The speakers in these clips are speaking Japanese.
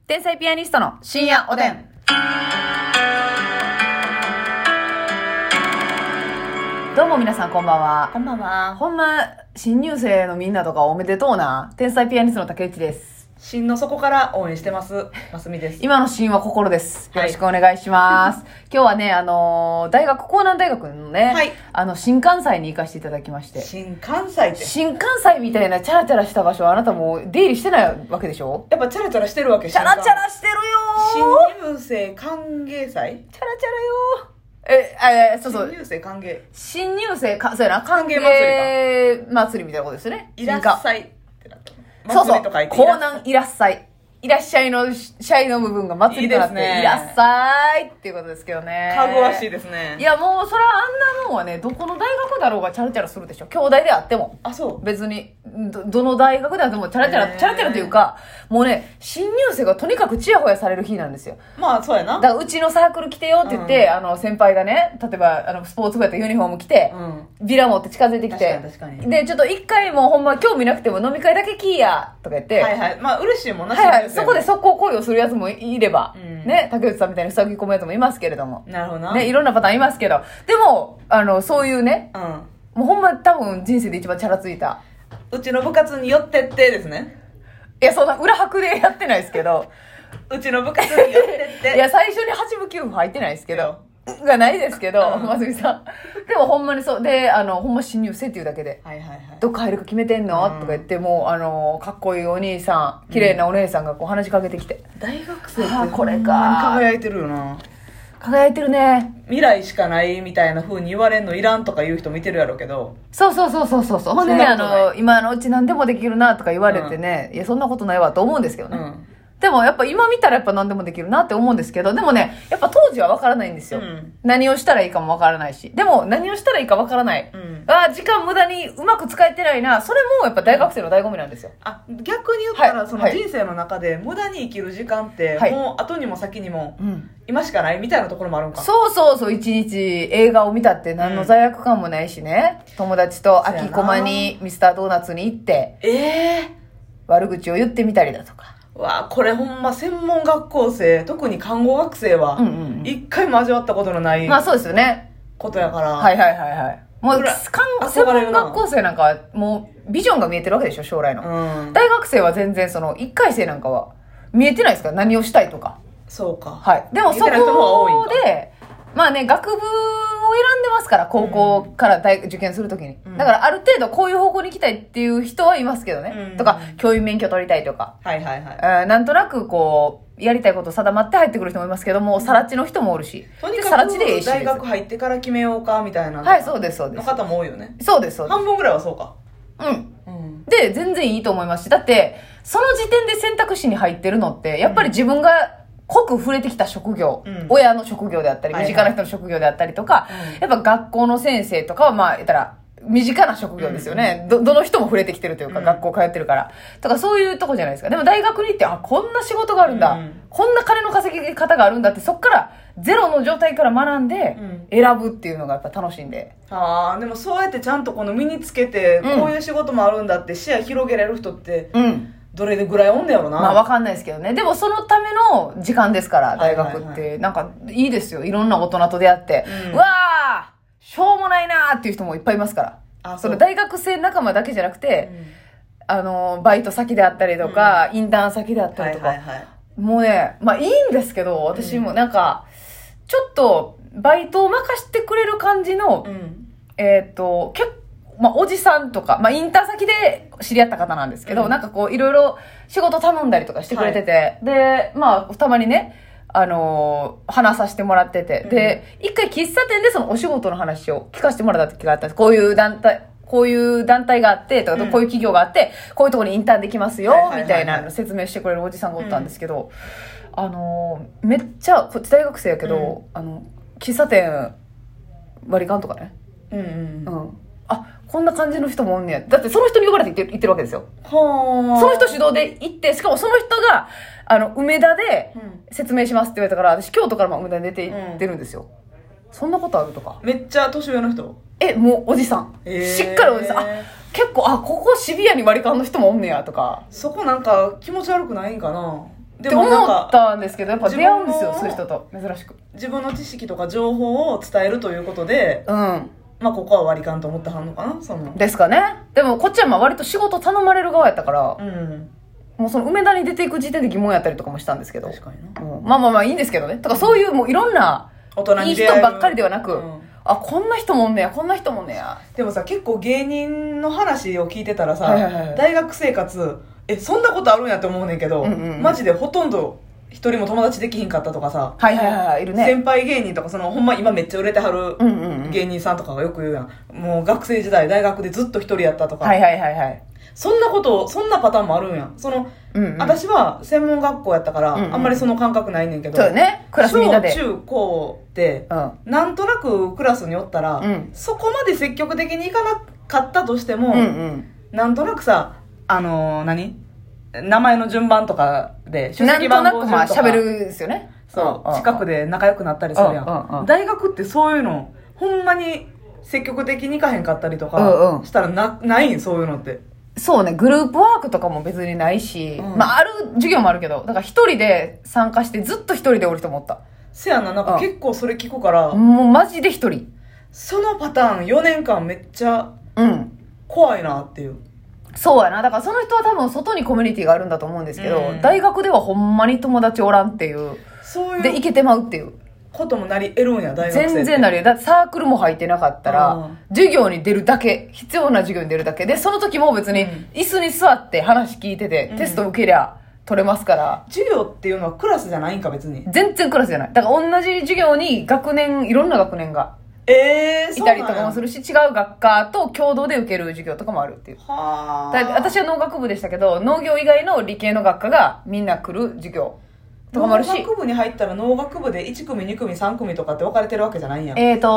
天才ピアニストの深夜おでん。どうも皆さんこんばんは。 こんばんは。 ほんま新入生のみんなとかおめでとうな。天才ピアニストの竹内です。 芯の底から応援してます。ますみです。 今の芯は心です。よろしくお願いします。今日はね、江南大学のね、 はい、 新関西に行かせていただきまして。 新関西って。 新関西みたいなチャラチャラした場所はあなたもう出入りしてないわけでしょ？ やっぱチャラチャラしてるわけ。 チャラチャラしてるよー。新入生歓迎祭？ チャラチャラよー。そうそう。 新入生歓迎。 新入生そうやな。 歓迎祭りみたいなことですよね。 いらっしゃいってなった。 そうそう。江南いらっしゃい。いらっしゃいの、シャイの部分が祭りとなって、いらっしゃいっていうことですけどね。 かぐわしいですね。 いや、もう、それはあんなもんはね、どこの大学だろうがチャラチャラするでしょ。兄弟であっても。 あ、そう。 別に、どの大学であってもチャラチャラというか、もうね、新入生がとにかくチヤホヤされる日なんですよ。 まあ、そうやな。 だから、うちのサークル来てよって言って、先輩がね、例えば、スポーツ部やったらユニフォーム着て、ビラ持って近づいてきて、 確かに。 で、ちょっと一回もうほんま興味なくても飲み会だけ来いや、とか言って、 はいはい。まあ、嬉しいもんな、 はいはい。そこで速攻恋をするやつもいれば、ね、竹内さんみたいに塞ぎ込むやつもいますけれども。 なるほどな。 ね、いろんなパターンいますけど、でも、そういうね、もうほんま多分人生で一番チャラついた。 うちの部活に寄ってってですね。 いや、そんな裏拍でやってないですけど。 うちの部活に寄ってって。 いや、最初に8部9部入ってないですけど。がないですけど、ますみさん。でもほんまにそう。で、ほんま新入生っていうだけで。 はいはいはい。 どっか入るか決めてんの、とか言って、もう、かっこいいお兄さん、綺麗なお姉さんがこう話しかけてきて。 大学生ってこれか。 ほんまに輝いてるよな。 輝いてるね。 未来しかないみたいな風に言われんのいらんとか言う人見てるやろうけど。 そう。ほんでね、今のうち何でもできるなとか言われてね、いや、そんなことないわと思うんですけどね。でもやっぱ今見たらやっぱ何でもできるなって思うんですけど、でもね、やっぱ当時は分からないんですよ。何をしたらいいかも分からないし。でも何をしたらいいか分からない。時間無駄にうまく使えてないな。それもやっぱ大学生の醍醐味なんですよ。 あ、逆に言ったら、その人生の中で無駄に生きる時間って、もう後にも先にも、今しかないみたいなところもあるんか。 そう、一日映画を見たって何の罪悪感もないしね。友達と秋駒にミスタードーナツに行って、悪口を言ってみたりだとか。 わあ、これほんま専門学校生、特に看護学生は、一回も味わったことのない。 まあそうですよね。 ことやから。 はい。もう、専門学校生なんかは、もう、ビジョンが見えてるわけでしょ、将来の。大学生は全然1回生なんかは、見えてないですから、何をしたいとか。 そうか。 はい。でもそこで、まあね、学部を選んでますから、高校から受験するときに。だからある程度こういう方向に行きたいっていう人はいますけどね。とか、教員免許取りたいとか。なんとなくこう、やりたいこと定まって入ってくる人もいますけども、さらちの人もおるし。 とにかく大学入ってから決めようか、みたいな。 はい、そうです。 の方も多いよね。 そうです。 半分ぐらいはそうか。 で、全然いいと思いますし。だって、その時点で選択肢に入ってるのって、やっぱり自分が、濃く触れてきた職業、親の職業であったり、身近な人の職業であったりとか、やっぱ学校の先生とかは、まあ、言ったら、身近な職業ですよね。どの人も触れてきてるというか、学校通ってるから。とか、そういうとこじゃないですか。でも大学に行って、あ、こんな仕事があるんだ。こんな金の稼ぎ方があるんだって、そっから、ゼロの状態から学んで、選ぶっていうのがやっぱ楽しいんで。 ああ、でもそうやってちゃんとこの身につけて、こういう仕事もあるんだって視野広げられる人って、どれぐらいおんねやろな。 まあわかんないですけどね。でもそのための時間ですから、大学って。なんかいいですよ。いろんな大人と出会って。うわーしょうもないなーっていう人もいっぱいいますから。その大学生仲間だけじゃなくて、バイト先であったりとか、インターン先であったりとか。もうね、まあいいんですけど、私もなんか、ちょっとバイトを任してくれる感じの、結構、まあ、おじさんとか、まあ、インターン先で知り合った方なんですけど、なんかこう、いろいろ仕事頼んだりとかしてくれてて、で、まあ、たまにね、話させてもらってて、で、一回喫茶店でそのお仕事の話を聞かせてもらった時があったんです。こういう団体があって、とかこういう企業があって、こういうところにインターンできますよ、みたいなの説明してくれるおじさんがおったんですけど、めっちゃ、こっち大学生やけど、喫茶店割り勘とかね。あ、こんな感じの人もおんねや。だってその人に呼ばれて行ってるわけですよ。その人主導で行って、しかもその人が、梅田で説明しますって言われたから、私京都から梅田に出て行ってるんですよ。そんなことあるとか。 めっちゃ年上の人？ もうおじさん。しっかりおじさん。結構、ここシビアに割り勘の人もおんねやとか。 そこなんか気持ち悪くないんかな？ って思ったんですけど、やっぱ出会うんですよ、そういう人と。珍しく。 自分の知識とか情報を伝えるということで、 うん。 まあここは割り勘と思ってはんのかな、その。 ですかね。でもこっちはまあ割と仕事頼まれる側やったから、 うん。 もうその梅田に出ていく時点で疑問やったりとかもしたんですけど。 確かにな。 うん、まあまあまあいいんですけどね。だからそういうもういろんな、いい人ばっかりではなく、あ、こんな人もんねや、こんな人もんねや。 でもさ、結構芸人の話を聞いてたらさ、大学生活、そんなことあるんやって思うねんけど、マジでほとんど一人も友達できひんかったとかさ、 いるね。 先輩芸人とか、ほんま今めっちゃ売れてはる芸人さんとかがよく言うやん。もう学生時代、大学でずっと一人やったとか。そんなパターンもあるんやん。私は専門学校やったから、あんまりその感覚ないねんけど、 そうね、クラスみんなで。 小中高って、なんとなくクラスにおったら、そこまで積極的にいかなかったとしても、なんとなくさ、名前の順番とかで、 出席番号順とか。なんとなく喋るんですよね。 そう、近くで仲良くなったりするやん。大学ってそういうの、ほんまに積極的にいかへんかったりとか、したらないん、そういうのって。 そうね、グループワークとかも別にないし、まあある授業もあるけど、だから一人で参加してずっと一人でおる人もおった。 せやな、なんか結構それ聞くから、 もうマジで一人。 そのパターン4年間めっちゃ怖いなっていう。 そうやな。だからその人は多分外にコミュニティがあるんだと思うんですけど、大学ではほんまに友達おらんっていう。 そういう。 で、いけてまうっていう。 こともなり得るんや、大学生って。 全然なり得る。だってサークルも入ってなかったら、授業に出るだけ、必要な授業に出るだけ。で、その時も別に椅子に座って話聞いてて、テスト受けりゃ取れますから。 授業っていうのはクラスじゃないんか、別に。 全然クラスじゃない。だから同じ授業にいろんな学年が。いたりとかもするし、違う学科と共同で受ける授業とかもあるっていう。私は農学部でしたけど、農業以外の理系の学科がみんな来る授業とかもあるし。 農学部に入ったら農学部で1組、2組、3組とかって分かれてるわけじゃないんや。 ない。で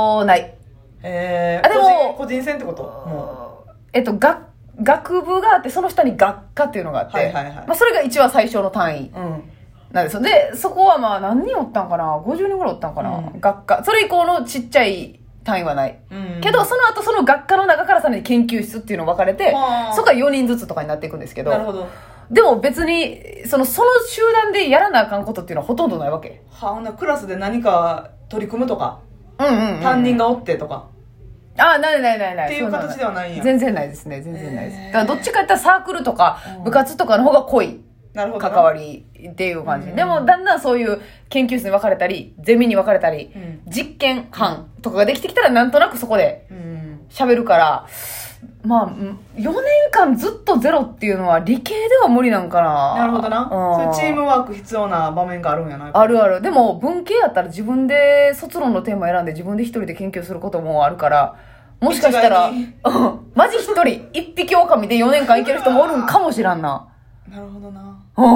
も、 個人戦ってこと学部があって、その下に学科っていうのがあって、まあそれが一番最小の単位。なんですよ。で、そこはまあ何人おったんかな ?50 人ぐらいおったんかな、学科。それ以降のちっちゃい単位はない。けど、その後その学科の中からさらに研究室っていうの分かれて、そこは4人ずつとかになっていくんですけど。 なるほど。 でも別に、その集団でやらなあかんことっていうのはほとんどないわけ。 クラスで何か取り組むとか、担任がおってとか。 ない。 っていう形ではないんや。 全然ないですね、全然ないです。だからどっちかやったらサークルとか部活とかの方が濃い。関わりっていう感じ。でもだんだんそういう研究室に分かれたり、ゼミに分かれたり、実験班とかができてきたらなんとなくそこで喋るから、まあ、4年間ずっとゼロっていうのは理系では無理なんかな。 なるほどな。そういうチームワーク必要な場面があるんやな。 ある。でも文系やったら自分で卒論のテーマ選んで自分で一人で研究することもあるから、もしかしたら、マジ一人、一匹狼で4年間いける人もおるんかもしらんな。 なるほどな。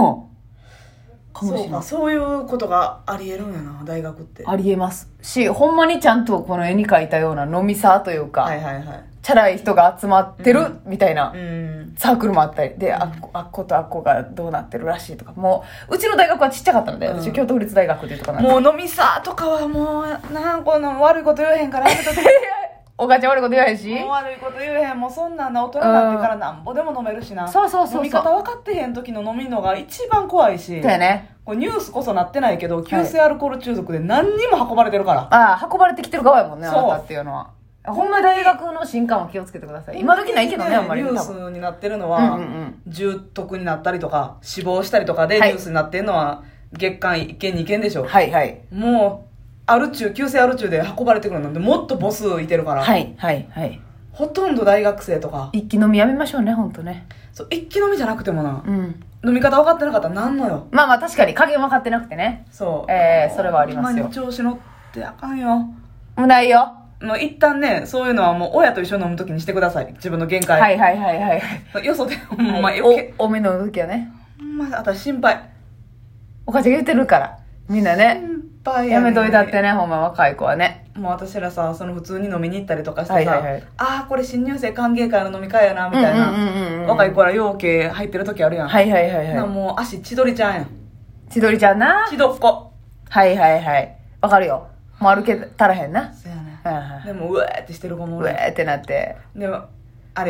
そういうことがありえるんやな、大学って。 ありえますし、ほんまにちゃんとこの絵に描いたような飲みサーというか、チャラい人が集まってるみたいなサークルもあったりで、あっことあっこがどうなってるらしいとか、もううちの大学はちっちゃかったので、私京都府立大学でとかなんで、 もう飲みサーとかはもうこの悪いこと言えへんからやめとけ。 お母ちゃん悪いこと言わへんし、 もう悪いこと言えへん。もうそんなんな、大人になってからなんぼでも飲めるしな。 そう飲み方分かってへん時の飲みのが一番怖いし。 そうやね。 これニュースこそなってないけど、急性アルコール中毒で何人も運ばれてるから。 運ばれてきてる側やもんね、あなたっていうのは。ほんま大学の新刊は気をつけてください。今時ないけどね、あんまり。 ニュースになってるのは、重篤になったりとか、死亡したりとかでニュースになってるのは、月間1件2件でしょ。もう、急性アル中で運ばれてくるので、もっと母数いてるから。ほとんど大学生とか。 一気飲みやめましょうね、ほんとね。 そう、一気飲みじゃなくてもな。飲み方分かってなかったらなんのよ。 まあ確かに加減分かってなくてね。 そう。 それはありますよ。 調子乗ってあかんよ。 もうないよ。 もう一旦ね、そういうのはもう親と一緒に飲むときにしてください。自分の限界。よそで、 多めの時はね。 私心配。 お母ちゃん言ってるから。みんなね。やめといたってね、ほんま若い子はね。 もう私らさ、普通に飲みに行ったりとかしてさ、これ新入生歓迎会の飲み会やな、みたいな。若い子ら養鶏入ってる時あるやん。もう足千鳥ちゃんやん。 千鳥ちゃんな。 千鳥っ子。 わかるよ。もう歩けたらへんな。 そうやね。でも、うわーってしてる子もうわーってなって。 でも、あれよ。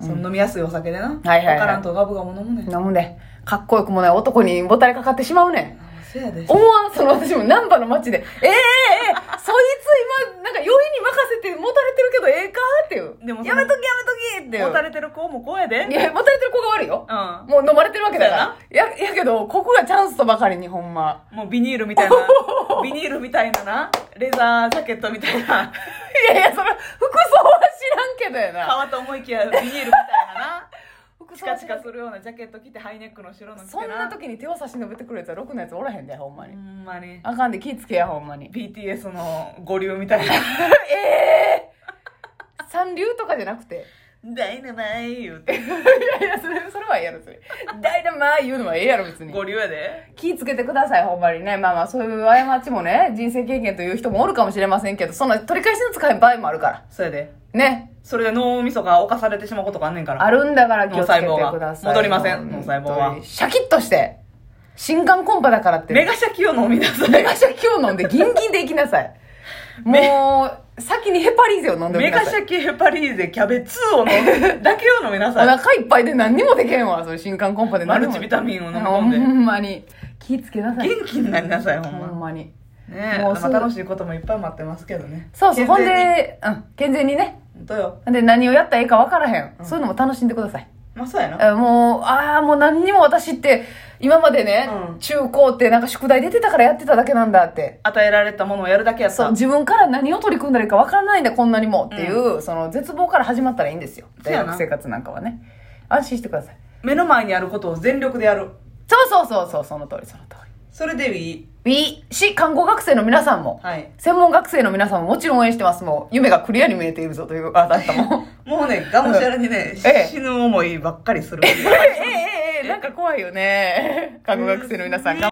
その飲みやすいお酒でな。 はいはいはい。 わからんとガブガブ飲むね。 飲むね。かっこよくもない男にもたれかかってしまうね。 せやで。 思わん、私も難波の街で、そいつ今、なんか酔いに任せてもたれてるけどええかっていう。 でもやめときっていう。 もたれてる子も子やで。 いや、もたれてる子が悪いよ。うん。もう飲まれてるわけだから。やけど、ここがチャンスとばかりにほんま。 もうビニールみたいな、な、レザージャケットみたいな。 いや、それ、服装は知らんけどやな。 革と思いきやビニールみたいなな。チカチカするようなジャケット着てハイネックの白の着てな。 そんな時に手を差し伸べてくるやつはろくなやつおらへんで、ほんまに。 ほんまに。 あかんで、気ぃつけや、ほんまに。 BTS の五流みたいな。 三流とかじゃなくて。 ダイナマイ言うて。 いや、それはええやろ、それ。ダイナマイ言うのはええやろ、別に。 五流やで。 気ぃつけてください、ほんまにね。まあ、そういう過ちもね、人生経験という人もおるかもしれませんけど、そんな取り返しの使い場合もあるから。 そうやで。 ね。 それで脳みそが侵されてしまうことがあんねんから。 あるんだから気をつけてください。 戻りません、脳細胞は。 シャキッとして。新刊コンパだからって。 メガシャキを飲みなさい。 メガシャキを飲んでギンギンでいきなさい。もう、先にヘパリーゼを飲んでおきなさい。 メガシャキヘパリーゼキャベツを飲むだけを飲みなさい。 お腹いっぱいで何にもできへんわ、それ新刊コンパで。 マルチビタミンを飲み込んで。 ほんまに。気ぃつけなさい。 元気になりなさい、ほんま。 ほんまに。 ねえ、もう楽しいこともいっぱい待ってますけどね。 そうそう、ほんで、健全にね。 ほんとよ。 で、何をやったらいいか分からへん。そういうのも楽しんでください。 まあそうやな。 もう何にも私って、今までね、中高ってなんか宿題出てたからやってただけなんだって。 与えられたものをやるだけやった。 そう、自分から何を取り組んだらいいか分からないんだ、こんなにもっていう、その絶望から始まったらいいんですよ。大学生活なんかはね。安心してください。 目の前にあることを全力でやる。 そう、その通り。 それでWii し、看護学生の皆さんも、専門学生の皆さんももちろん応援してます。もう、夢がクリアに見えているぞという、あなたも。 もうね、がむしゃらにね、死ぬ思いばっかりする。 なんか怖いよね。看護学生の皆さん。